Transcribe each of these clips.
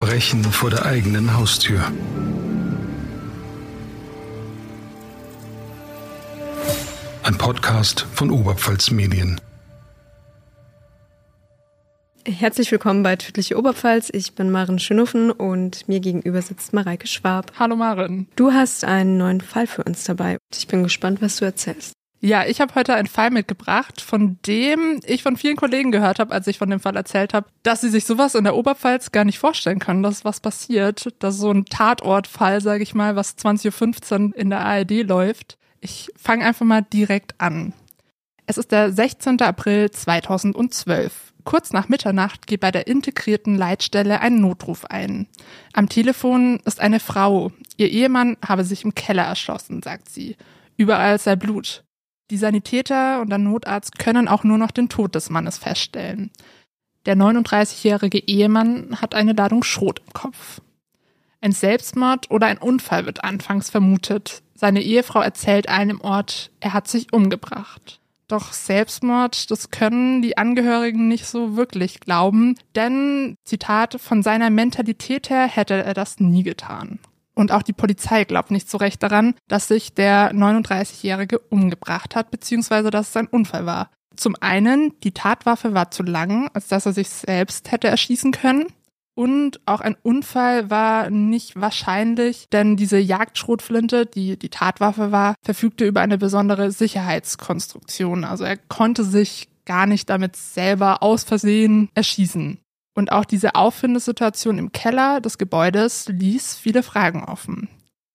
Verbrechen vor der eigenen Haustür. Ein Podcast von Oberpfalz Medien. Herzlich willkommen bei Tödliche Oberpfalz. Ich bin Maren Schönhofen und mir gegenüber sitzt Mareike Schwab. Hallo Maren. Du hast einen neuen Fall für uns dabei. Ich bin gespannt, was du erzählst. Ja, ich habe heute einen Fall mitgebracht, von dem ich von vielen Kollegen gehört habe, als ich von dem Fall erzählt habe, dass sie sich sowas in der Oberpfalz gar nicht vorstellen können, dass was passiert. Das ist so ein Tatortfall, sage ich mal, was 20.15 Uhr in der ARD läuft. Ich fange einfach mal direkt an. Es ist der 16. April 2012. Kurz nach Mitternacht geht bei der integrierten Leitstelle ein Notruf ein. Am Telefon ist eine Frau. Ihr Ehemann habe sich im Keller erschossen, sagt sie. Überall sei Blut. Die Sanitäter und der Notarzt können auch nur noch den Tod des Mannes feststellen. Der 39-jährige Ehemann hat eine Ladung Schrot im Kopf. Ein Selbstmord oder ein Unfall wird anfangs vermutet. Seine Ehefrau erzählt allen im Ort, er hat sich umgebracht. Doch Selbstmord, das können die Angehörigen nicht so wirklich glauben, denn, Zitat, von seiner Mentalität her hätte er das nie getan. Und auch die Polizei glaubt nicht so recht daran, dass sich der 39-Jährige umgebracht hat, beziehungsweise dass es ein Unfall war. Zum einen, die Tatwaffe war zu lang, als dass er sich selbst hätte erschießen können. Und auch ein Unfall war nicht wahrscheinlich, denn diese Jagdschrotflinte, die Tatwaffe war, verfügte über eine besondere Sicherheitskonstruktion. Also er konnte sich gar nicht damit selber aus Versehen erschießen. Und auch diese Auffindesituation im Keller des Gebäudes ließ viele Fragen offen.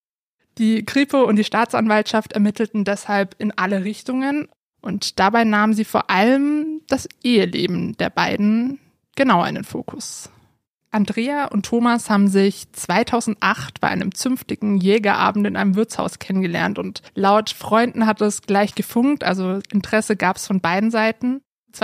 Die Kripo und die Staatsanwaltschaft ermittelten deshalb in alle Richtungen und dabei nahmen sie vor allem das Eheleben der beiden genauer in den Fokus. Andrea und Thomas haben sich 2008 bei einem zünftigen Jägerabend in einem Wirtshaus kennengelernt und laut Freunden hat es gleich gefunkt, also Interesse gab es von beiden Seiten.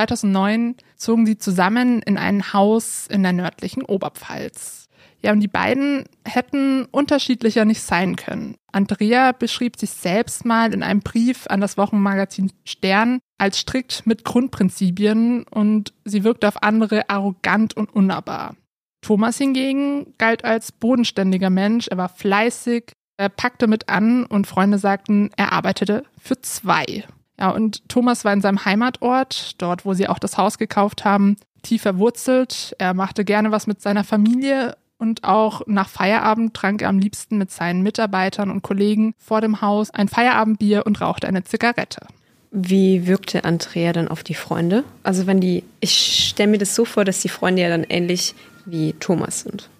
2009 zogen sie zusammen in ein Haus in der nördlichen Oberpfalz. Ja, und die beiden hätten unterschiedlicher nicht sein können. Andrea beschrieb sich selbst mal in einem Brief an das Wochenmagazin Stern als strikt mit Grundprinzipien und sie wirkte auf andere arrogant und unnahbar. Thomas hingegen galt als bodenständiger Mensch, er war fleißig, er packte mit an und Freunde sagten, er arbeitete für zwei. Ja, und Thomas war in seinem Heimatort, dort wo sie auch das Haus gekauft haben, tief verwurzelt. Er machte gerne was mit seiner Familie und auch nach Feierabend trank er am liebsten mit seinen Mitarbeitern und Kollegen vor dem Haus ein Feierabendbier und rauchte eine Zigarette. Wie wirkte Andrea dann auf die Freunde? Also ich stelle mir das so vor, dass die Freunde ja dann ähnlich wie Thomas sind.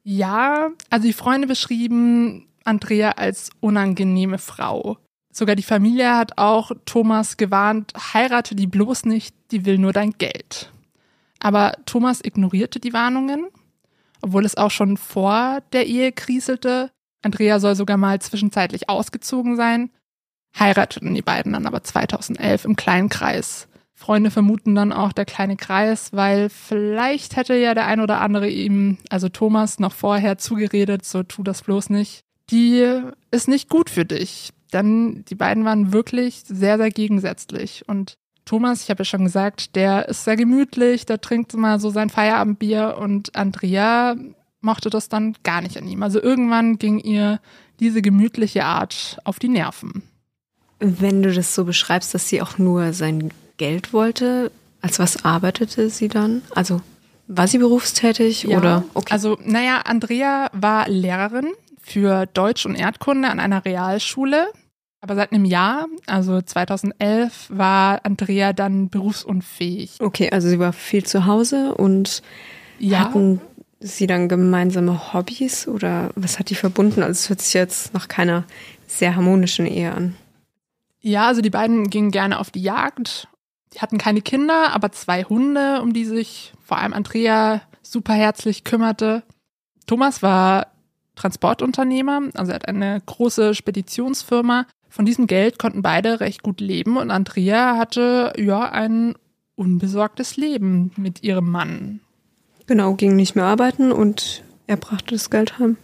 Ja, also die Freunde beschrieben Andrea als unangenehme Frau. Sogar die Familie hat auch Thomas gewarnt, heirate die bloß nicht, die will nur dein Geld. Aber Thomas ignorierte die Warnungen, obwohl es auch schon vor der Ehe kriselte. Andrea soll sogar mal zwischenzeitlich ausgezogen sein. Heirateten die beiden dann aber 2011 im kleinen Kreis. Freunde vermuten dann auch der kleine Kreis, weil vielleicht hätte ja der ein oder andere ihm, also Thomas, noch vorher zugeredet, so tu das bloß nicht. Die ist nicht gut für dich. Denn die beiden waren wirklich sehr, sehr gegensätzlich. Und Thomas, ich habe ja schon gesagt, der ist sehr gemütlich, der trinkt mal so sein Feierabendbier und Andrea mochte das dann gar nicht an ihm. Also irgendwann ging ihr diese gemütliche Art auf die Nerven. Wenn du das so beschreibst, dass sie auch nur sein Geld wollte, als was arbeitete sie dann? Also war sie berufstätig ja, oder? Okay. Also Andrea war Lehrerin für Deutsch und Erdkunde an einer Realschule. Aber seit einem Jahr, also 2011, war Andrea dann berufsunfähig. Okay, also sie war viel zu Hause und hatten sie dann gemeinsame Hobbys oder was hat die verbunden? Also es hört sich jetzt nach keiner sehr harmonischen Ehe an. Ja, also die beiden gingen gerne auf die Jagd. Die hatten keine Kinder, aber 2 Hunde, um die sich vor allem Andrea super herzlich kümmerte. Thomas war Transportunternehmer, also er hat eine große Speditionsfirma. Von diesem Geld konnten beide recht gut leben und Andrea hatte ein unbesorgtes Leben mit ihrem Mann. Genau, ging nicht mehr arbeiten und er brachte das Geld heim.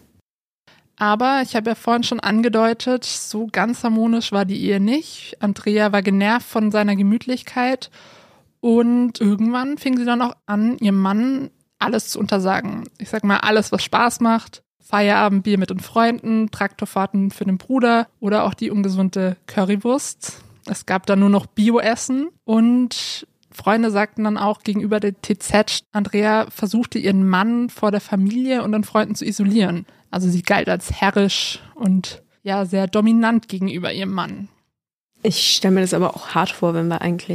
Aber ich habe ja vorhin schon angedeutet, so ganz harmonisch war die Ehe nicht. Andrea war genervt von seiner Gemütlichkeit und irgendwann fing sie dann auch an, ihrem Mann alles zu untersagen. Ich sag mal, alles, was Spaß macht. Feierabendbier mit den Freunden, Traktorfahrten für den Bruder oder auch die ungesunde Currywurst. Es gab dann nur noch Bio-Essen und Freunde sagten dann auch gegenüber der TZ, Andrea versuchte ihren Mann vor der Familie und den Freunden zu isolieren. Also sie galt als herrisch und ja, sehr dominant gegenüber ihrem Mann. Ich stelle mir das aber auch hart vor, wenn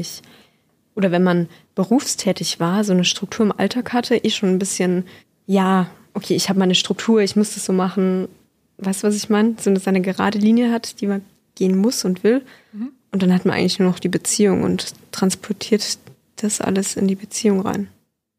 man berufstätig war, so eine Struktur im Alltag hatte, schon ein bisschen, ja, okay, ich habe meine Struktur, ich muss das so machen. Weißt du, was ich meine? So, dass eine gerade Linie hat, die man gehen muss und will. Mhm. Und dann hat man eigentlich nur noch die Beziehung und transportiert das alles in die Beziehung rein.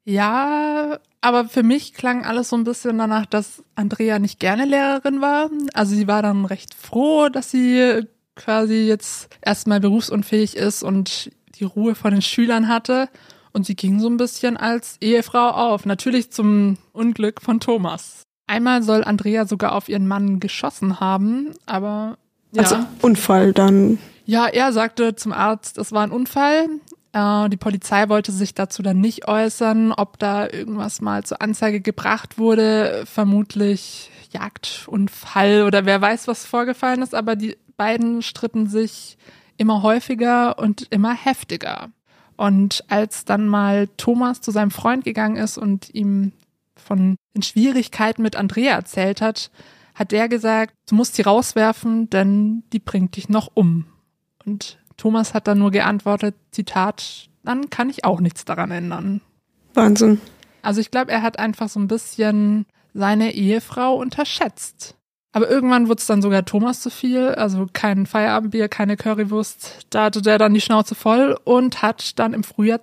Ja, aber für mich klang alles so ein bisschen danach, dass Andrea nicht gerne Lehrerin war. Also sie war dann recht froh, dass sie quasi jetzt erstmal berufsunfähig ist und die Ruhe von den Schülern hatte. Und sie ging so ein bisschen als Ehefrau auf, natürlich zum Unglück von Thomas. Einmal soll Andrea sogar auf ihren Mann geschossen haben, aber ja. Also Unfall dann? Ja, er sagte zum Arzt, es war ein Unfall. Die Polizei wollte sich dazu dann nicht äußern, ob da irgendwas mal zur Anzeige gebracht wurde. Vermutlich Jagdunfall oder wer weiß, was vorgefallen ist. Aber die beiden stritten sich immer häufiger und immer heftiger. Und als dann mal Thomas zu seinem Freund gegangen ist und ihm von den Schwierigkeiten mit Andrea erzählt hat, hat der gesagt, du musst sie rauswerfen, denn die bringt dich noch um. Und Thomas hat dann nur geantwortet, Zitat, dann kann ich auch nichts daran ändern. Wahnsinn. Also ich glaube, er hat einfach so ein bisschen seine Ehefrau unterschätzt. Aber irgendwann wurde es dann sogar Thomas zu viel, also kein Feierabendbier, keine Currywurst. Da hatte der dann die Schnauze voll und hat dann im Frühjahr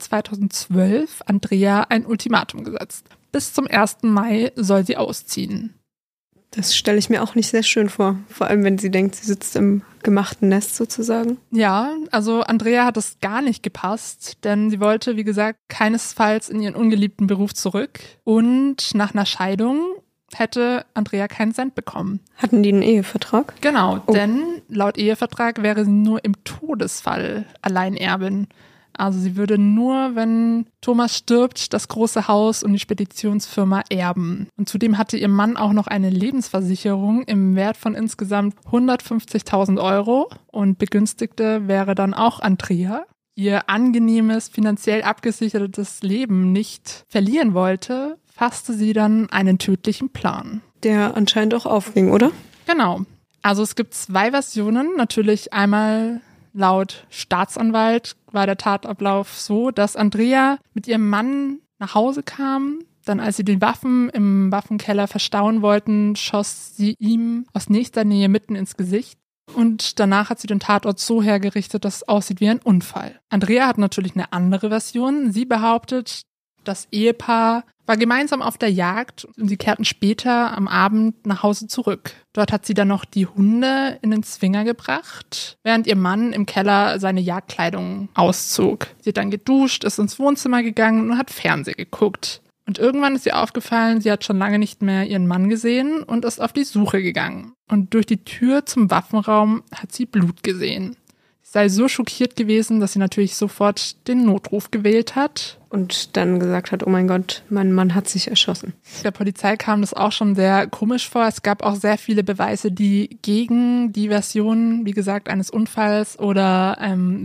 2012 Andrea ein Ultimatum gesetzt. Bis zum 1. Mai soll sie ausziehen. Das stelle ich mir auch nicht sehr schön vor. Vor allem, wenn sie denkt, sie sitzt im gemachten Nest sozusagen. Ja, also Andrea hat es gar nicht gepasst, denn sie wollte, wie gesagt, keinesfalls in ihren ungeliebten Beruf zurück. Und nach einer Scheidung hätte Andrea keinen Cent bekommen. Hatten die einen Ehevertrag? Genau, denn laut Ehevertrag wäre sie nur im Todesfall Alleinerbin. Also sie würde nur, wenn Thomas stirbt, das große Haus und die Speditionsfirma erben. Und zudem hatte ihr Mann auch noch eine Lebensversicherung im Wert von insgesamt 150.000 Euro. Und Begünstigte wäre dann auch Andrea. Ihr angenehmes, finanziell abgesichertes Leben nicht verlieren wollte, fasste sie dann einen tödlichen Plan. Der anscheinend auch aufging, oder? Genau. Also es gibt 2 Versionen. Natürlich einmal laut Staatsanwalt war der Tatablauf so, dass Andrea mit ihrem Mann nach Hause kam. Dann, als sie die Waffen im Waffenkeller verstauen wollten, schoss sie ihm aus nächster Nähe mitten ins Gesicht. Und danach hat sie den Tatort so hergerichtet, dass es aussieht wie ein Unfall. Andrea hat natürlich eine andere Version. Sie behauptet, das Ehepaar war gemeinsam auf der Jagd und sie kehrten später am Abend nach Hause zurück. Dort hat sie dann noch die Hunde in den Zwinger gebracht, während ihr Mann im Keller seine Jagdkleidung auszog. Sie hat dann geduscht, ist ins Wohnzimmer gegangen und hat Fernsehen geguckt. Und irgendwann ist ihr aufgefallen, sie hat schon lange nicht mehr ihren Mann gesehen und ist auf die Suche gegangen. Und durch die Tür zum Waffenraum hat sie Blut gesehen. Sie sei so schockiert gewesen, dass sie natürlich sofort den Notruf gewählt hat. Und dann gesagt hat, oh mein Gott, mein Mann hat sich erschossen. Der Polizei kam das auch schon sehr komisch vor. Es gab auch sehr viele Beweise, die gegen die Version, wie gesagt, eines Unfalls oder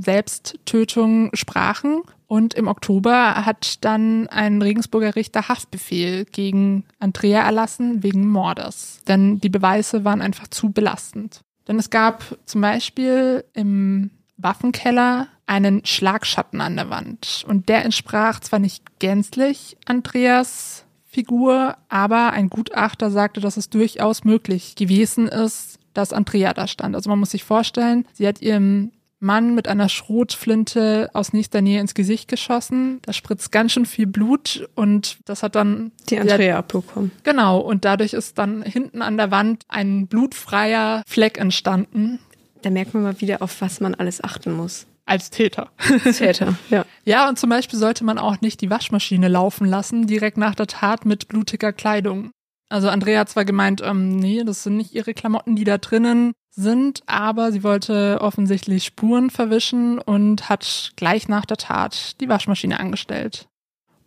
Selbsttötung sprachen. Und im Oktober hat dann ein Regensburger Richter Haftbefehl gegen Andrea erlassen wegen Mordes. Denn die Beweise waren einfach zu belastend. Denn es gab zum Beispiel im Waffenkeller einen Schlagschatten an der Wand. Und der entsprach zwar nicht gänzlich Andreas Figur, aber ein Gutachter sagte, dass es durchaus möglich gewesen ist, dass Andrea da stand. Also man muss sich vorstellen, sie hat ihrem Mann mit einer Schrotflinte aus nächster Nähe ins Gesicht geschossen. Da spritzt ganz schön viel Blut und das hat dann die Andrea abbekommen. Genau, und dadurch ist dann hinten an der Wand ein blutfreier Fleck entstanden. Da merkt man mal wieder, auf was man alles achten muss. Als Täter. Täter, ja. Ja, und zum Beispiel sollte man auch nicht die Waschmaschine laufen lassen, direkt nach der Tat mit blutiger Kleidung. Also Andrea hat zwar gemeint, nee, das sind nicht ihre Klamotten, die da drinnen sind, aber sie wollte offensichtlich Spuren verwischen und hat gleich nach der Tat die Waschmaschine angestellt.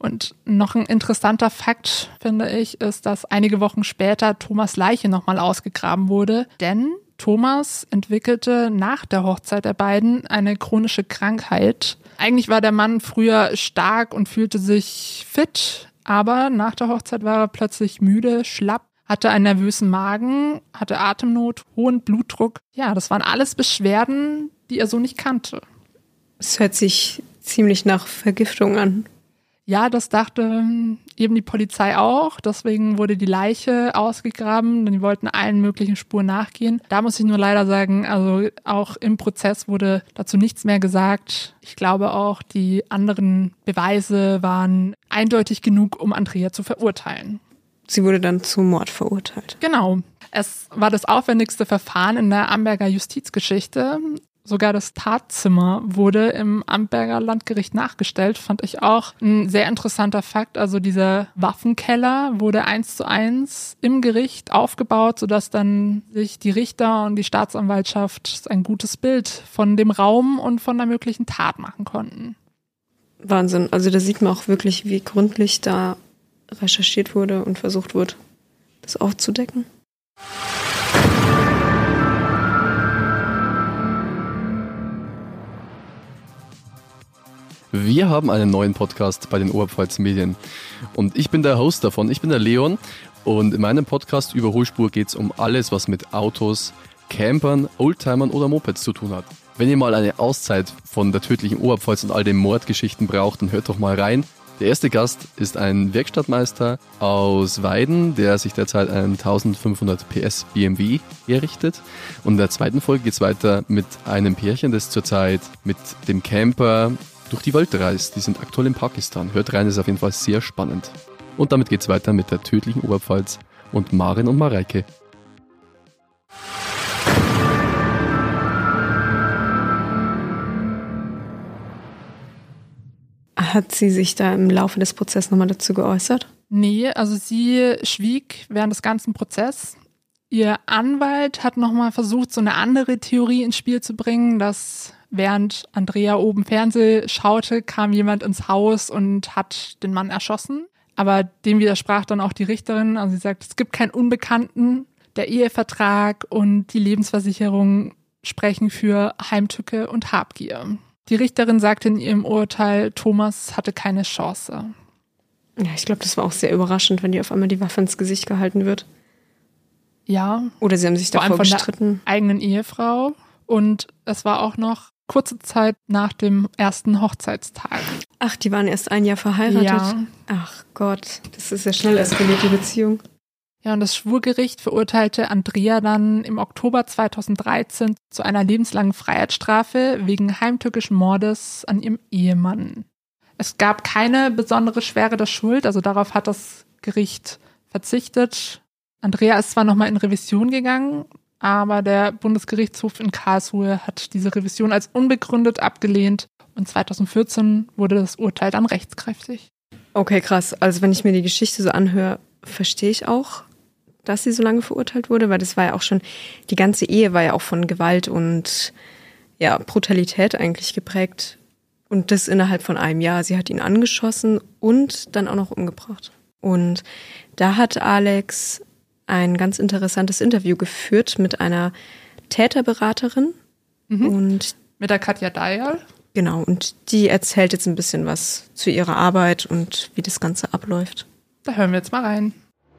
Und noch ein interessanter Fakt, finde ich, ist, dass einige Wochen später Thomas' Leiche nochmal ausgegraben wurde. Denn Thomas entwickelte nach der Hochzeit der beiden eine chronische Krankheit. Eigentlich war der Mann früher stark und fühlte sich fit, aber nach der Hochzeit war er plötzlich müde, schlapp, hatte einen nervösen Magen, hatte Atemnot, hohen Blutdruck. Ja, das waren alles Beschwerden, die er so nicht kannte. Es hört sich ziemlich nach Vergiftung an. Ja, das dachte eben die Polizei auch. Deswegen wurde die Leiche ausgegraben. Die wollten allen möglichen Spuren nachgehen. Da muss ich nur leider sagen, also auch im Prozess wurde dazu nichts mehr gesagt. Ich glaube auch, die anderen Beweise waren eindeutig genug, um Andrea zu verurteilen. Sie wurde dann zum Mord verurteilt. Genau. Es war das aufwendigste Verfahren in der Amberger Justizgeschichte. Sogar das Tatzimmer wurde im Amberger Landgericht nachgestellt, fand ich auch ein sehr interessanter Fakt. Also dieser Waffenkeller wurde 1:1 im Gericht aufgebaut, sodass dann sich die Richter und die Staatsanwaltschaft ein gutes Bild von dem Raum und von der möglichen Tat machen konnten. Wahnsinn. Also da sieht man auch wirklich, wie gründlich da recherchiert wurde und versucht wurde, das aufzudecken. Wir haben einen neuen Podcast bei den Oberpfalz Medien und ich bin der Host davon, ich bin der Leon und in meinem Podcast Überholspur geht es um alles, was mit Autos, Campern, Oldtimern oder Mopeds zu tun hat. Wenn ihr mal eine Auszeit von der tödlichen Oberpfalz und all den Mordgeschichten braucht, dann hört doch mal rein. Der erste Gast ist ein Werkstattmeister aus Weiden, der sich derzeit einen 1500 PS BMW errichtet. Und in der zweiten Folge geht es weiter mit einem Pärchen, das zurzeit mit dem Camper durch die Welt reist. Die sind aktuell in Pakistan. Hört rein, ist auf jeden Fall sehr spannend. Und damit geht's weiter mit der tödlichen Oberpfalz und Maren und Mareike. Hat sie sich da im Laufe des Prozesses nochmal dazu geäußert? Nee, also sie schwieg während des ganzen Prozesses. Ihr Anwalt hat nochmal versucht, so eine andere Theorie ins Spiel zu bringen, dass während Andrea oben Fernsehen schaute, kam jemand ins Haus und hat den Mann erschossen. Aber dem widersprach dann auch die Richterin. Also sie sagt, es gibt keinen Unbekannten. Der Ehevertrag und die Lebensversicherung sprechen für Heimtücke und Habgier. Die Richterin sagte in ihrem Urteil, Thomas hatte keine Chance. Ja, ich glaube, das war auch sehr überraschend, wenn dir auf einmal die Waffe ins Gesicht gehalten wird. Ja. Oder sie haben sich davor gestritten. Der eigenen Ehefrau. Und es war auch noch kurze Zeit nach dem ersten Hochzeitstag. Ach, die waren erst ein Jahr verheiratet? Ja. Ach Gott, das ist ja schnell eskaliert, die Beziehung. Ja, und das Schwurgericht verurteilte Andrea dann im Oktober 2013 zu einer lebenslangen Freiheitsstrafe wegen heimtückischen Mordes an ihrem Ehemann. Es gab keine besondere Schwere der Schuld, also darauf hat das Gericht verzichtet. Andrea ist zwar nochmal in Revision gegangen, aber der Bundesgerichtshof in Karlsruhe hat diese Revision als unbegründet abgelehnt und 2014 wurde das Urteil dann rechtskräftig. Okay, krass. Also wenn ich mir die Geschichte so anhöre, verstehe ich auch, dass sie so lange verurteilt wurde, weil das war ja auch schon, die ganze Ehe war ja auch von Gewalt und ja, Brutalität eigentlich geprägt. Und das innerhalb von einem Jahr. Sie hat ihn angeschossen und dann auch noch umgebracht. Und da hat Alex ein ganz interessantes Interview geführt mit einer Täterberaterin. Und mit der Katja Dayal. Genau, und die erzählt jetzt ein bisschen was zu ihrer Arbeit und wie das Ganze abläuft. Da hören wir jetzt mal rein.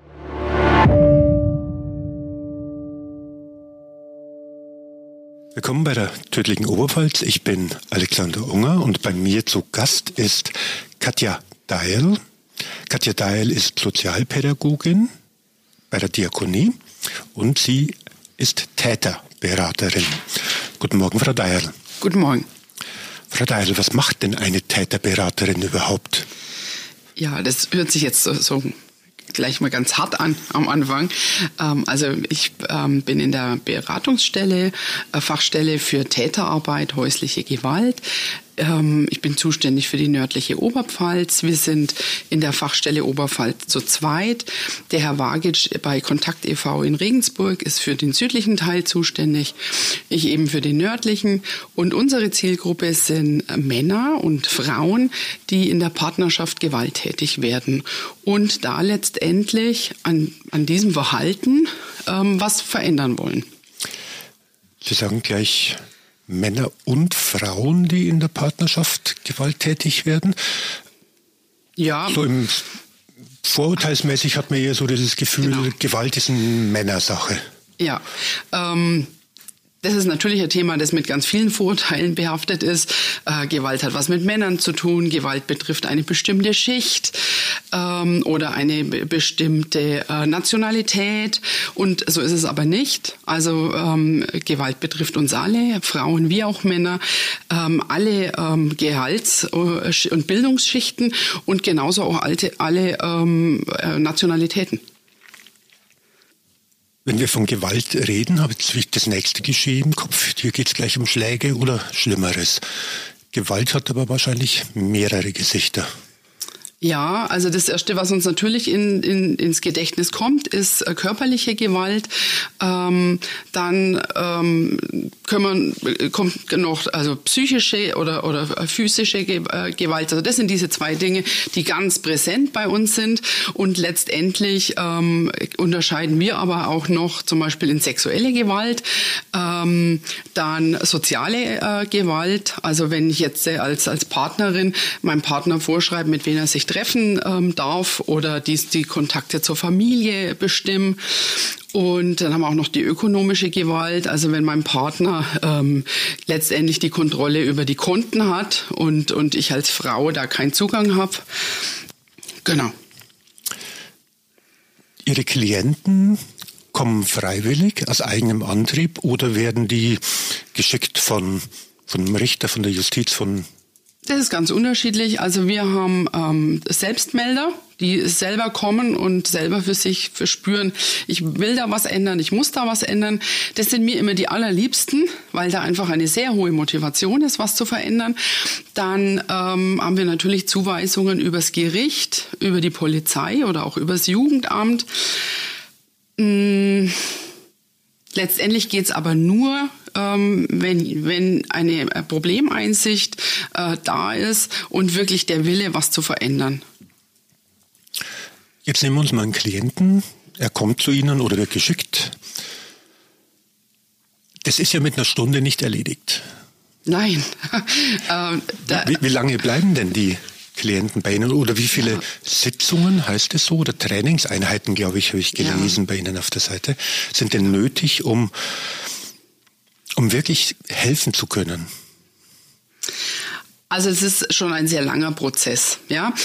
Willkommen bei der tödlichen Oberpfalz. Ich bin Alexander Unger und bei mir zu Gast ist Katja Dayal. Katja Dayal ist Sozialpädagogin bei der Diakonie und sie ist Täterberaterin. Guten Morgen, Frau Dayal. Guten Morgen. Frau Dayal, was macht denn eine Täterberaterin überhaupt? Ja, das hört sich jetzt so gleich mal ganz hart an am Anfang. Also ich bin in der Beratungsstelle, Fachstelle für Täterarbeit, häusliche Gewalt. Ich bin zuständig für die nördliche Oberpfalz. Wir sind in der Fachstelle Oberpfalz zu zweit. Der Herr Wagic bei Kontakt e.V. in Regensburg ist für den südlichen Teil zuständig. Ich eben für den nördlichen. Und unsere Zielgruppe sind Männer und Frauen, die in der Partnerschaft gewalttätig werden und da letztendlich an diesem Verhalten was verändern wollen. Sie sagen gleich Männer und Frauen, die in der Partnerschaft gewalttätig werden. Ja. So im vorurteilsmäßig hat man eher so dieses Gefühl, genau, Gewalt ist eine Männersache. Ja, das ist natürlich ein Thema, das mit ganz vielen Vorurteilen behaftet ist. Gewalt hat was mit Männern zu tun. Gewalt betrifft eine bestimmte Schicht oder eine bestimmte Nationalität. Und so ist es aber nicht. Also Gewalt betrifft uns alle, Frauen wie auch Männer, alle Gehalts- und Bildungsschichten und genauso auch alle Nationalitäten. Wenn wir von Gewalt reden, habe ich das nächste Geschehen im Kopf. Hier geht es gleich um Schläge oder Schlimmeres. Gewalt hat aber wahrscheinlich mehrere Gesichter. Ja, also das Erste, was uns natürlich ins Gedächtnis kommt, ist körperliche Gewalt. Dann kommt noch also psychische oder physische Gewalt. Also das sind diese zwei Dinge, die ganz präsent bei uns sind. Und letztendlich unterscheiden wir aber auch noch zum Beispiel in sexuelle Gewalt, dann soziale Gewalt. Also wenn ich jetzt als Partnerin meinem Partner vorschreibe, mit wem er sich treffen darf oder die Kontakte zur Familie bestimmen. Und dann haben wir auch noch die ökonomische Gewalt, also wenn mein Partner letztendlich die Kontrolle über die Konten hat und ich als Frau da keinen Zugang habe. Genau. Ihre Klienten kommen freiwillig aus eigenem Antrieb oder werden die geschickt von einem Richter, von der Justiz, Das ist ganz unterschiedlich. Also wir haben Selbstmelder, die selber kommen und selber für sich verspüren, ich will da was ändern, ich muss da was ändern. Das sind mir immer die allerliebsten, weil da einfach eine sehr hohe Motivation ist, was zu verändern. Dann haben wir natürlich Zuweisungen übers Gericht, über die Polizei oder auch übers Jugendamt. Letztendlich geht's aber nur, wenn eine Problemeinsicht da ist und wirklich der Wille, was zu verändern. Jetzt nehmen wir uns mal einen Klienten, er kommt zu Ihnen oder wird geschickt. Das ist ja mit einer Stunde nicht erledigt. Nein. Wie lange bleiben denn die Klienten bei Ihnen oder wie viele Sitzungen, heißt es so, oder Trainingseinheiten, glaube ich, habe ich gelesen bei Ihnen auf der Seite, sind denn nötig, um wirklich helfen zu können? Also es ist schon ein sehr langer Prozess, ja.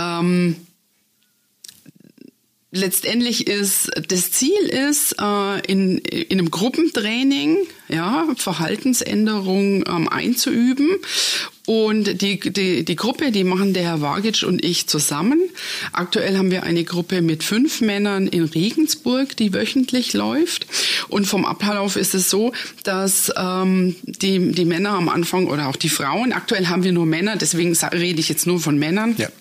Letztendlich ist das Ziel in einem Gruppentraining Verhaltensänderung einzuüben. Und die Gruppe, die machen der Herr Wagic und ich zusammen. Aktuell haben wir eine Gruppe mit 5 Männern in Regensburg, die wöchentlich läuft. Und vom Ablauf ist es so, dass die Männer am Anfang oder auch die Frauen, aktuell haben wir nur Männer, deswegen rede ich jetzt nur von Männern. Ja.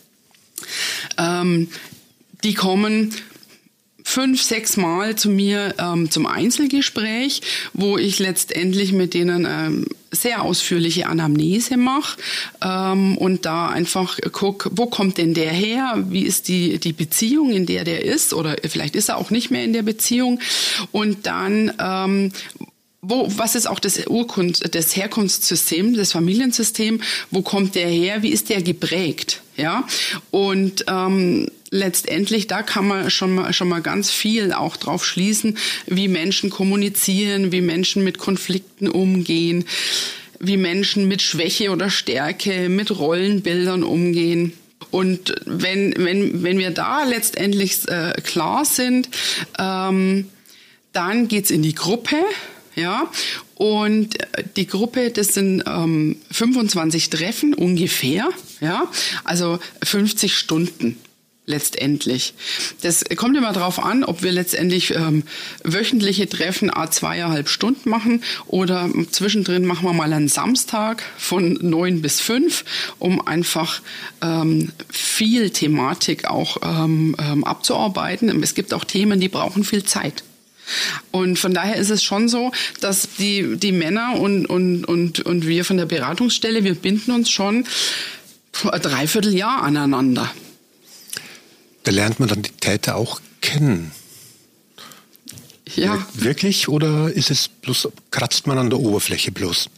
Die kommen 5-6 Mal zu mir zum Einzelgespräch, wo ich letztendlich mit denen sehr ausführliche Anamnese mache und da einfach gucke, wo kommt denn der her, wie ist die Beziehung, in der ist, oder vielleicht ist er auch nicht mehr in der Beziehung, und dann was ist auch das Herkunftssystem, das Familiensystem, wo kommt der her, wie ist der geprägt, ja? Und letztendlich, da kann man schon mal ganz viel auch drauf schließen, wie Menschen kommunizieren, wie Menschen mit Konflikten umgehen, wie Menschen mit Schwäche oder Stärke, mit Rollenbildern umgehen. Und wenn wir da letztendlich klar sind, dann geht's in die Gruppe. Ja, und die Gruppe, das sind 25 Treffen ungefähr, ja, also 50 Stunden letztendlich. Das kommt immer darauf an, ob wir letztendlich wöchentliche Treffen 2,5 Stunden machen oder zwischendrin machen wir mal einen Samstag von 9 bis 5, um einfach viel Thematik auch abzuarbeiten. Es gibt auch Themen, die brauchen viel Zeit. Und von daher ist es schon so, dass die Männer und wir von der Beratungsstelle, wir binden uns schon ein Dreivierteljahr aneinander. Da lernt man dann die Täter auch kennen. Ja. Wirklich? Oder ist es bloß, kratzt man an der Oberfläche bloß?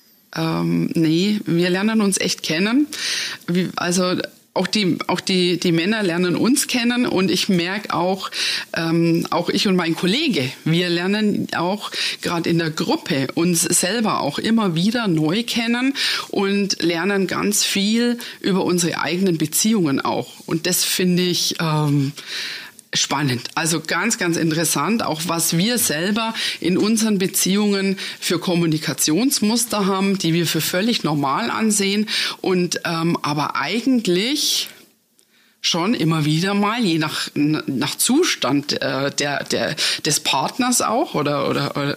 Nee, wir lernen uns echt kennen. Also auch die Männer lernen uns kennen und ich merke auch ich und mein Kollege, wir lernen auch gerade in der Gruppe uns selber auch immer wieder neu kennen und lernen ganz viel über unsere eigenen Beziehungen auch. Und das finde ich spannend. Also ganz, ganz interessant, auch was wir selber in unseren Beziehungen für Kommunikationsmuster haben, die wir für völlig normal ansehen und aber eigentlich schon immer wieder mal, je nach Zustand des Partners auch oder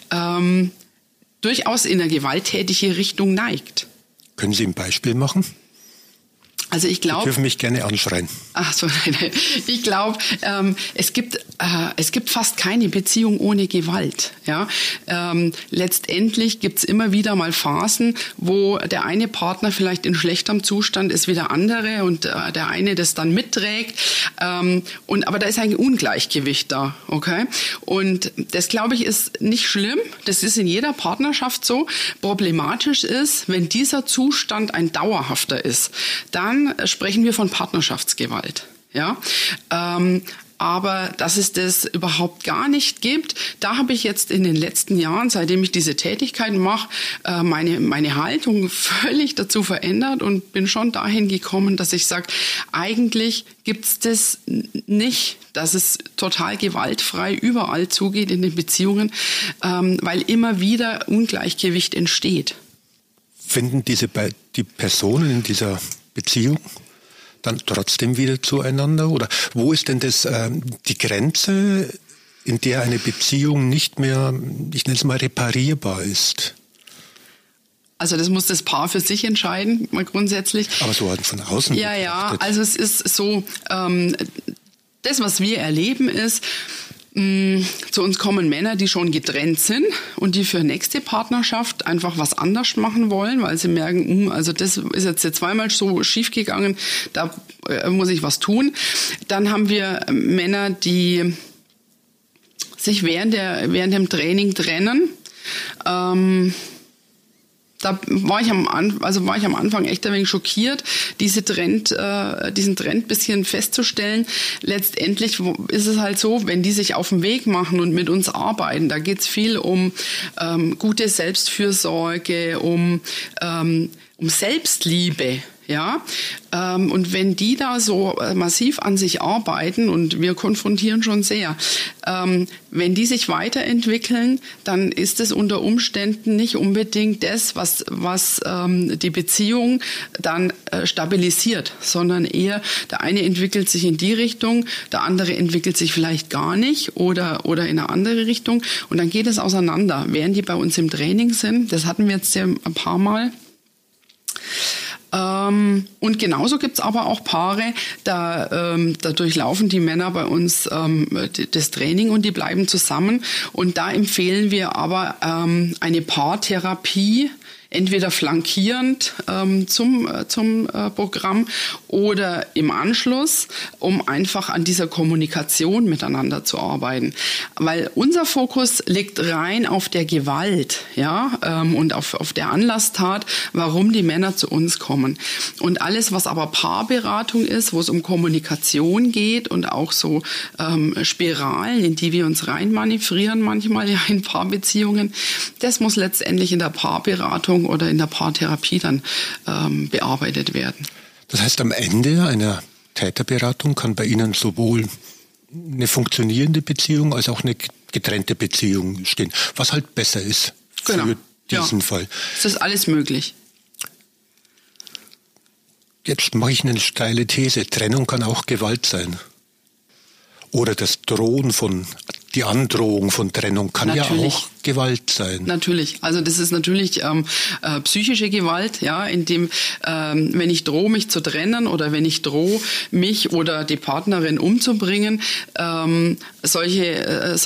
durchaus in eine gewalttätige Richtung neigt. Können Sie ein Beispiel machen? Also ich glaube, Sie dürfen mich gerne anschreien. Ach so, nein. Ich glaube, es gibt fast keine Beziehung ohne Gewalt. Ja, letztendlich gibt's immer wieder mal Phasen, wo der eine Partner vielleicht in schlechterem Zustand ist wie der andere und der eine das dann mitträgt. Aber da ist ein Ungleichgewicht da, okay? Und das, glaube ich, ist nicht schlimm. Das ist in jeder Partnerschaft so. Problematisch ist, wenn dieser Zustand ein dauerhafter ist, dann sprechen wir von Partnerschaftsgewalt. Ja, aber dass es das überhaupt gar nicht gibt, da habe ich jetzt in den letzten Jahren, seitdem ich diese Tätigkeiten mache, meine Haltung völlig dazu verändert und bin schon dahin gekommen, dass ich sage, eigentlich gibt's das nicht, dass es total gewaltfrei überall zugeht in den Beziehungen, weil immer wieder Ungleichgewicht entsteht. Finden die Personen in dieser Beziehung dann trotzdem wieder zueinander? Oder wo ist denn die Grenze, in der eine Beziehung nicht mehr, ich nenne es mal, reparierbar ist? Also das muss das Paar für sich entscheiden, mal grundsätzlich. Aber so halt von außen betrachtet. Ja, also es ist so, das, was wir erleben, ist, zu uns kommen Männer, die schon getrennt sind und die für nächste Partnerschaft einfach was anders machen wollen, weil sie merken, also das ist jetzt zweimal so schief gegangen, da muss ich was tun. Dann haben wir Männer, die sich während dem Training trennen. Da war ich am Anfang echt ein wenig schockiert, diesen Trend ein bisschen festzustellen. Letztendlich ist es halt so, wenn die sich auf den Weg machen und mit uns arbeiten, da geht's viel um gute Selbstfürsorge, um Selbstliebe. Ja, und wenn die da so massiv an sich arbeiten und wir konfrontieren schon sehr, wenn die sich weiterentwickeln, dann ist es unter Umständen nicht unbedingt das, was die Beziehung dann stabilisiert, sondern eher der eine entwickelt sich in die Richtung, der andere entwickelt sich vielleicht gar nicht oder in eine andere Richtung und dann geht es auseinander. Während die bei uns im Training sind, das hatten wir jetzt ja ein paar Mal. Und genauso gibt's aber auch Paare, da durchlaufen die Männer bei uns das Training und die bleiben zusammen. Und da empfehlen wir aber eine Paartherapie, entweder flankierend zum Programm oder im Anschluss, um einfach an dieser Kommunikation miteinander zu arbeiten. Weil unser Fokus liegt rein auf der Gewalt, ja, und auf der Anlasstat, warum die Männer zu uns kommen. Und alles, was aber Paarberatung ist, wo es um Kommunikation geht und auch so Spiralen, in die wir uns reinmanövrieren manchmal ja in Paarbeziehungen, das muss letztendlich in der Paarberatung oder in der Paartherapie dann bearbeitet werden. Das heißt, am Ende einer Täterberatung kann bei Ihnen sowohl eine funktionierende Beziehung als auch eine getrennte Beziehung stehen, was halt besser ist für diesen Fall. Es ist alles möglich. Jetzt mache ich eine steile These. Trennung kann auch Gewalt sein. Oder das die Androhung von Trennung kann natürlich ja auch Gewalt sein. Natürlich. Also das ist natürlich psychische Gewalt, ja, indem wenn ich drohe, mich zu trennen oder wenn ich drohe, mich oder die Partnerin umzubringen, solche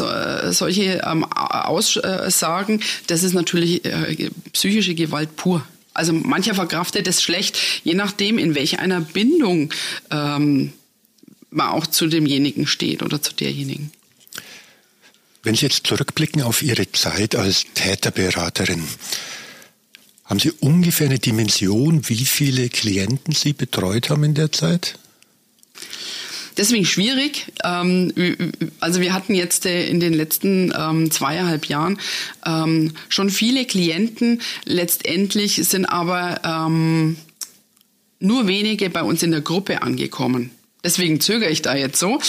Aussagen, das ist natürlich psychische Gewalt pur. Also mancher verkraftet es schlecht, je nachdem, in welch einer Bindung man auch zu demjenigen steht oder zu derjenigen. Wenn Sie jetzt zurückblicken auf Ihre Zeit als Täterberaterin, haben Sie ungefähr eine Dimension, wie viele Klienten Sie betreut haben in der Zeit? Deswegen schwierig. Also wir hatten jetzt in den letzten 2,5 Jahren schon viele Klienten. Letztendlich sind aber nur wenige bei uns in der Gruppe angekommen. Deswegen zögere ich da jetzt so.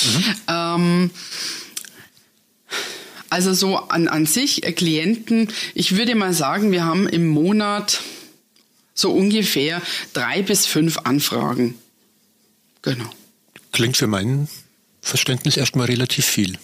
Also so an sich Klienten, ich würde mal sagen, wir haben im Monat so ungefähr 3 bis 5 Anfragen. Genau. Klingt für mein Verständnis erstmal relativ viel.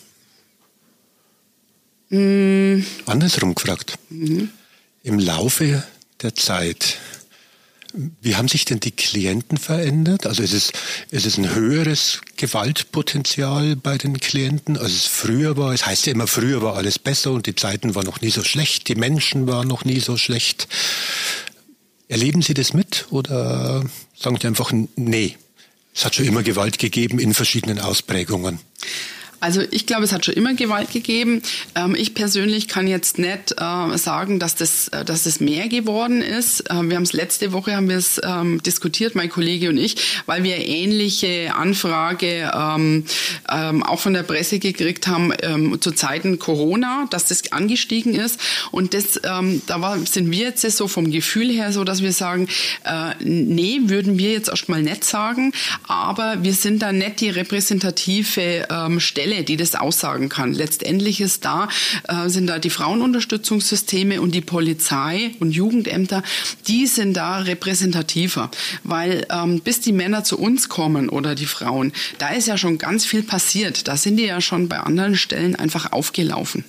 Andersrum gefragt. Im Laufe der Zeit, wie haben sich denn die Klienten verändert? Also ist es ein höheres Gewaltpotenzial bei den Klienten, als es früher war? Es heißt ja immer, früher war alles besser und die Zeiten waren noch nie so schlecht, die Menschen waren noch nie so schlecht. Erleben Sie das mit oder sagen Sie einfach, nee, es hat schon immer Gewalt gegeben in verschiedenen Ausprägungen? Also ich glaube, es hat schon immer Gewalt gegeben. Ich persönlich kann jetzt nicht sagen, dass das mehr geworden ist. Wir haben es letzte Woche diskutiert, mein Kollege und ich, weil wir ähnliche Anfrage auch von der Presse gekriegt haben zu Zeiten Corona, dass das angestiegen ist. Und sind wir jetzt so vom Gefühl her so, dass wir sagen, nee, würden wir jetzt erstmal nicht sagen, aber wir sind da nicht die repräsentative Stelle, die das aussagen kann. Letztendlich sind da die Frauenunterstützungssysteme und die Polizei und Jugendämter, die sind da repräsentativer. Weil bis die Männer zu uns kommen oder die Frauen, da ist ja schon ganz viel passiert. Da sind die ja schon bei anderen Stellen einfach aufgelaufen.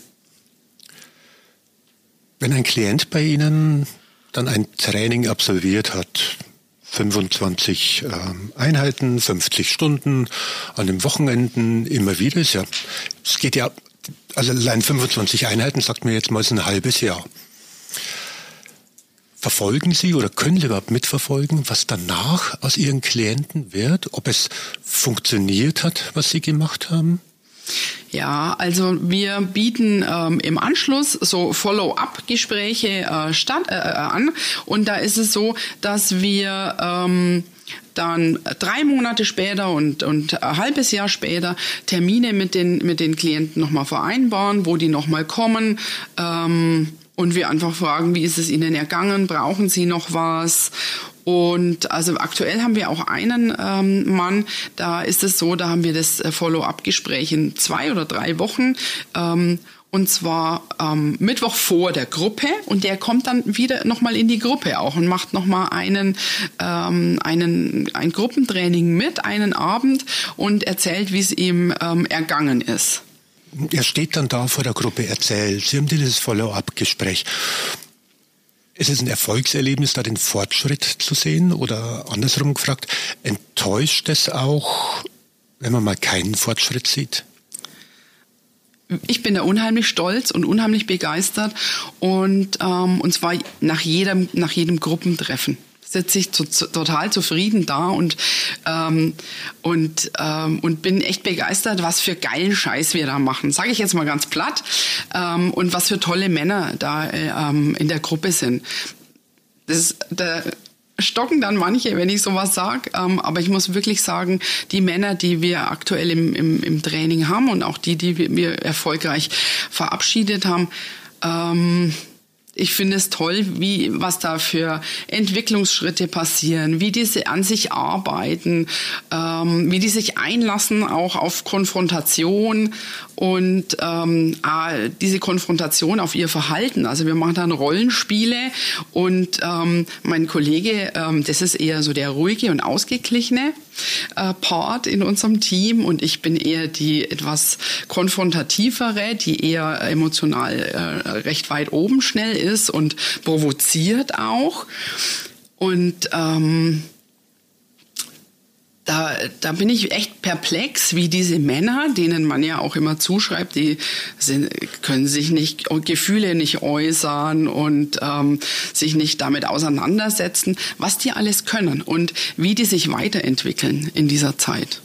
Wenn ein Klient bei Ihnen dann ein Training absolviert hat, 25 Einheiten, 50 Stunden, an den Wochenenden immer wieder. Es geht ja, also allein 25 Einheiten, sagt mir jetzt mal, ist ein halbes Jahr. Verfolgen Sie oder können Sie überhaupt mitverfolgen, was danach aus Ihren Klienten wird? Ob es funktioniert hat, was Sie gemacht haben? Ja, also wir bieten im Anschluss so Follow-up-Gespräche an und da ist es so, dass wir dann 3 Monate später und ein halbes Jahr später Termine mit den Klienten nochmal vereinbaren, wo die nochmal kommen und wir einfach fragen, wie ist es ihnen ergangen, brauchen sie noch was? Und also aktuell haben wir auch einen Mann, da ist es so, da haben wir das Follow-up-Gespräch in 2 oder 3 Wochen und zwar Mittwoch vor der Gruppe und der kommt dann wieder nochmal in die Gruppe auch und macht nochmal ein Gruppentraining mit, einen Abend und erzählt, wie es ihm ergangen ist. Er steht dann da vor der Gruppe, erzählt, Sie haben dieses Follow-up-Gespräch. Ist es ein Erfolgserlebnis, da den Fortschritt zu sehen? Oder andersrum gefragt, enttäuscht es auch, wenn man mal keinen Fortschritt sieht? Ich bin da unheimlich stolz und unheimlich begeistert und zwar nach jedem Gruppentreffen sitze ich total zufrieden da und bin echt begeistert, was für geilen Scheiß wir da machen. Sage ich jetzt mal ganz platt. Und was für tolle Männer da in der Gruppe sind. Da stocken dann manche, wenn ich sowas sage. Aber ich muss wirklich sagen, die Männer, die wir aktuell im Training haben und auch die wir erfolgreich verabschiedet haben, ich finde es toll, was da für Entwicklungsschritte passieren, wie diese an sich arbeiten, wie die sich einlassen auch auf Konfrontation und diese Konfrontation auf ihr Verhalten. Also wir machen dann Rollenspiele und mein Kollege, das ist eher so der ruhige und ausgeglichene Part in unserem Team und ich bin eher die etwas konfrontativere, die eher emotional recht weit oben schnell ist und provoziert auch. Und da bin ich echt perplex, wie diese Männer, denen man ja auch immer zuschreibt, können sich Gefühle nicht äußern und sich nicht damit auseinandersetzen, was die alles können und wie die sich weiterentwickeln in dieser Zeit.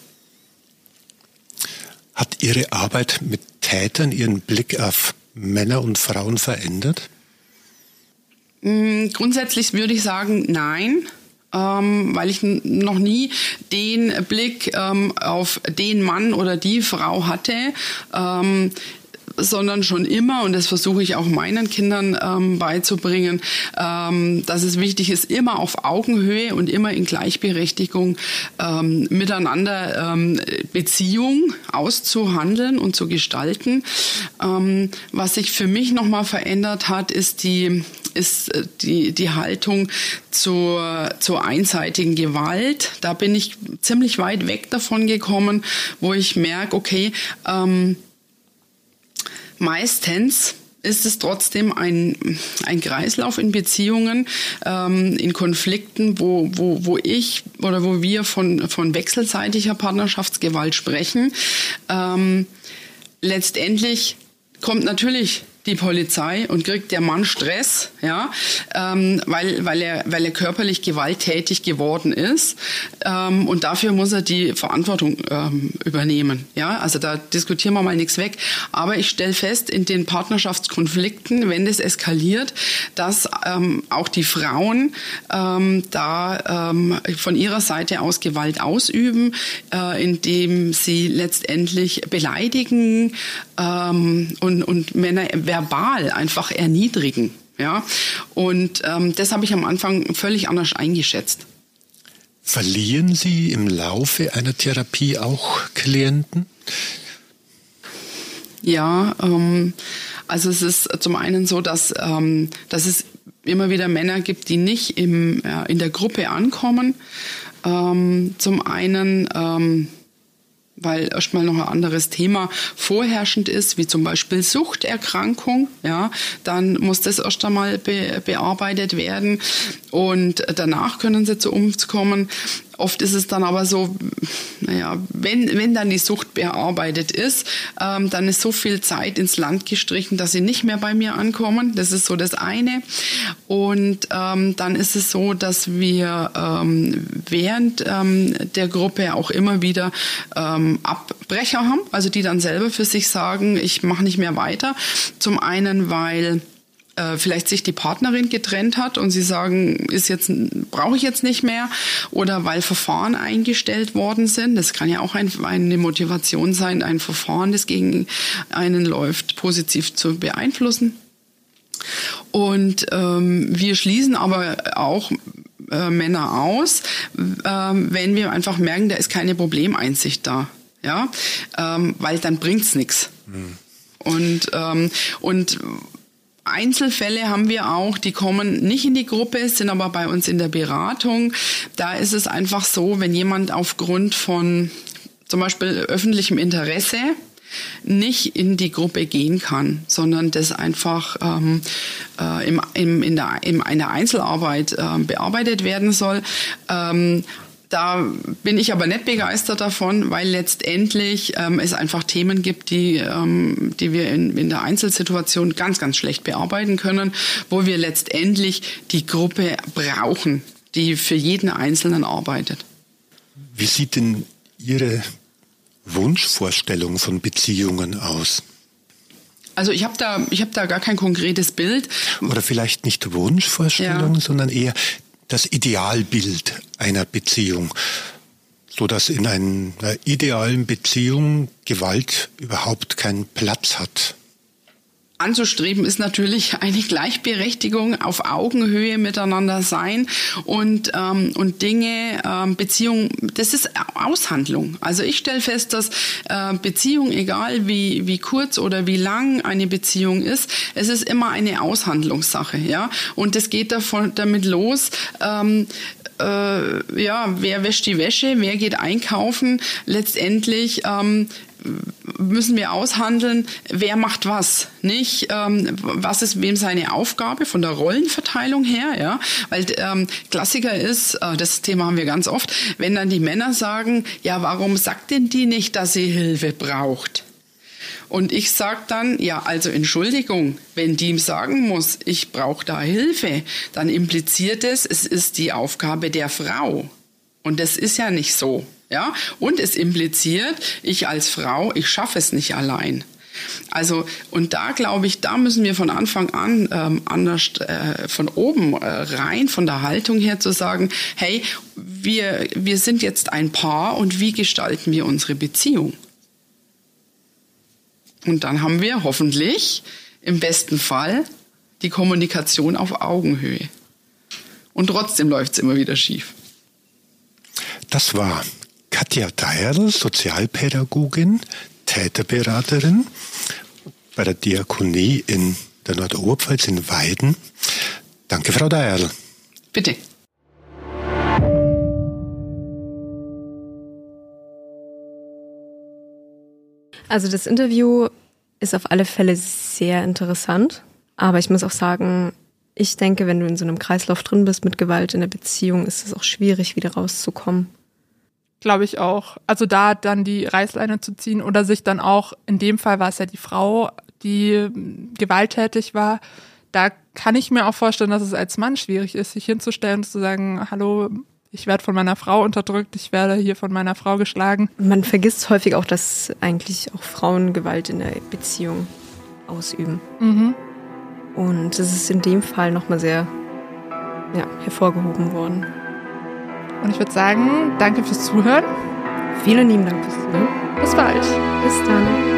Hat Ihre Arbeit mit Tätern Ihren Blick auf Männer und Frauen verändert? Grundsätzlich würde ich sagen, nein. Weil ich noch nie den Blick auf den Mann oder die Frau hatte, sondern schon immer, und das versuche ich auch meinen Kindern beizubringen, dass es wichtig ist, immer auf Augenhöhe und immer in Gleichberechtigung miteinander Beziehung auszuhandeln und zu gestalten. Was sich für mich nochmal verändert hat, ist die Haltung zur einseitigen Gewalt. Da bin ich ziemlich weit weg davon gekommen, wo ich merke, okay, meistens ist es trotzdem ein Kreislauf in Beziehungen, in Konflikten, wo wir von wechselseitiger Partnerschaftsgewalt sprechen. Letztendlich kommt natürlich die Polizei und kriegt der Mann Stress, ja, weil er körperlich gewalttätig geworden ist, und dafür muss er die Verantwortung übernehmen, ja, also da diskutieren wir mal nichts weg, aber ich stelle fest, in den Partnerschaftskonflikten, wenn das eskaliert, dass auch die Frauen von ihrer Seite aus Gewalt ausüben, indem sie letztendlich beleidigen und Männer verbal einfach erniedrigen. Ja? Und das habe ich am Anfang völlig anders eingeschätzt. Verlieren Sie im Laufe einer Therapie auch Klienten? Ja, also es ist zum einen so, dass es immer wieder Männer gibt, die nicht in der Gruppe ankommen. Zum einen weil erstmal noch ein anderes Thema vorherrschend ist, wie zum Beispiel Suchterkrankung, ja, dann muss das erst einmal bearbeitet werden und danach können sie zu uns kommen. Oft ist es dann aber so, wenn dann die Sucht bearbeitet ist, dann ist so viel Zeit ins Land gestrichen, dass sie nicht mehr bei mir ankommen. Das ist so das eine. Und dann ist es so, dass wir während der Gruppe auch immer wieder Abbrecher haben, also die dann selber für sich sagen, ich mache nicht mehr weiter. Zum einen, weil vielleicht sich die Partnerin getrennt hat und sie sagen, brauche ich jetzt nicht mehr, oder weil Verfahren eingestellt worden sind. Das kann ja auch eine Motivation sein, ein Verfahren, das gegen einen läuft, positiv zu beeinflussen. Und wir schließen aber auch Männer aus, wenn wir einfach merken, da ist keine Problemeinsicht da, ja, weil dann bringt's nichts. Und Einzelfälle haben wir auch, die kommen nicht in die Gruppe, sind aber bei uns in der Beratung. Da ist es einfach so, wenn jemand aufgrund von zum Beispiel öffentlichem Interesse nicht in die Gruppe gehen kann, sondern das einfach in einer Einzelarbeit bearbeitet werden soll. Da bin ich aber nicht begeistert davon, weil letztendlich es einfach Themen gibt, die wir in der Einzelsituation ganz, ganz schlecht bearbeiten können, wo wir letztendlich die Gruppe brauchen, die für jeden Einzelnen arbeitet. Wie sieht denn Ihre Wunschvorstellung von Beziehungen aus? Also ich hab da gar kein konkretes Bild. Oder vielleicht nicht Wunschvorstellung, sondern eher das Idealbild einer Beziehung, so dass in einer idealen Beziehung Gewalt überhaupt keinen Platz hat. anzustreben ist natürlich eine Gleichberechtigung, auf Augenhöhe miteinander sein und Dinge, Beziehung, das ist Aushandlung. Also ich stelle fest, dass Beziehung, egal wie kurz oder wie lang eine Beziehung ist, es ist immer eine Aushandlungssache, ja. Und das geht damit los, wer wäscht die Wäsche, wer geht einkaufen, letztendlich müssen wir aushandeln, wer macht was, nicht? Was ist wem seine Aufgabe von der Rollenverteilung her, ja? Weil Klassiker ist, das Thema haben wir ganz oft, wenn dann die Männer sagen, ja, warum sagt denn die nicht, dass sie Hilfe braucht? Und ich sage dann, ja, also Entschuldigung, wenn die ihm sagen muss, ich brauche da Hilfe, dann impliziert es ist die Aufgabe der Frau. Und das ist ja nicht so. Ja? Und es impliziert, ich als Frau, ich schaffe es nicht allein. Also, und da glaube ich, da müssen wir von Anfang an anders von oben rein, von der Haltung her zu sagen, hey, wir sind jetzt ein Paar und wie gestalten wir unsere Beziehung? Und dann haben wir hoffentlich im besten Fall die Kommunikation auf Augenhöhe. Und trotzdem läuft es immer wieder schief. Das war Katja Deierl, Sozialpädagogin, Täterberaterin bei der Diakonie in der Nordoberpfalz in Weiden. Danke, Frau Deierl. Bitte. Also das Interview ist auf alle Fälle sehr interessant, aber ich muss auch sagen, ich denke, wenn du in so einem Kreislauf drin bist mit Gewalt in der Beziehung, ist es auch schwierig, wieder rauszukommen. Glaube ich auch. Also da dann die Reißleine zu ziehen oder sich dann auch, in dem Fall war es ja die Frau, die gewalttätig war, da kann ich mir auch vorstellen, dass es als Mann schwierig ist, sich hinzustellen und zu sagen, hallo, ich werde von meiner Frau unterdrückt, ich werde hier von meiner Frau geschlagen. Man vergisst häufig auch, dass eigentlich auch Frauen Gewalt in der Beziehung ausüben. Mhm. Und das ist in dem Fall nochmal sehr hervorgehoben worden. Und ich würde sagen, danke fürs Zuhören. Vielen lieben Dank fürs Zuhören. Bis bald. Bis dann.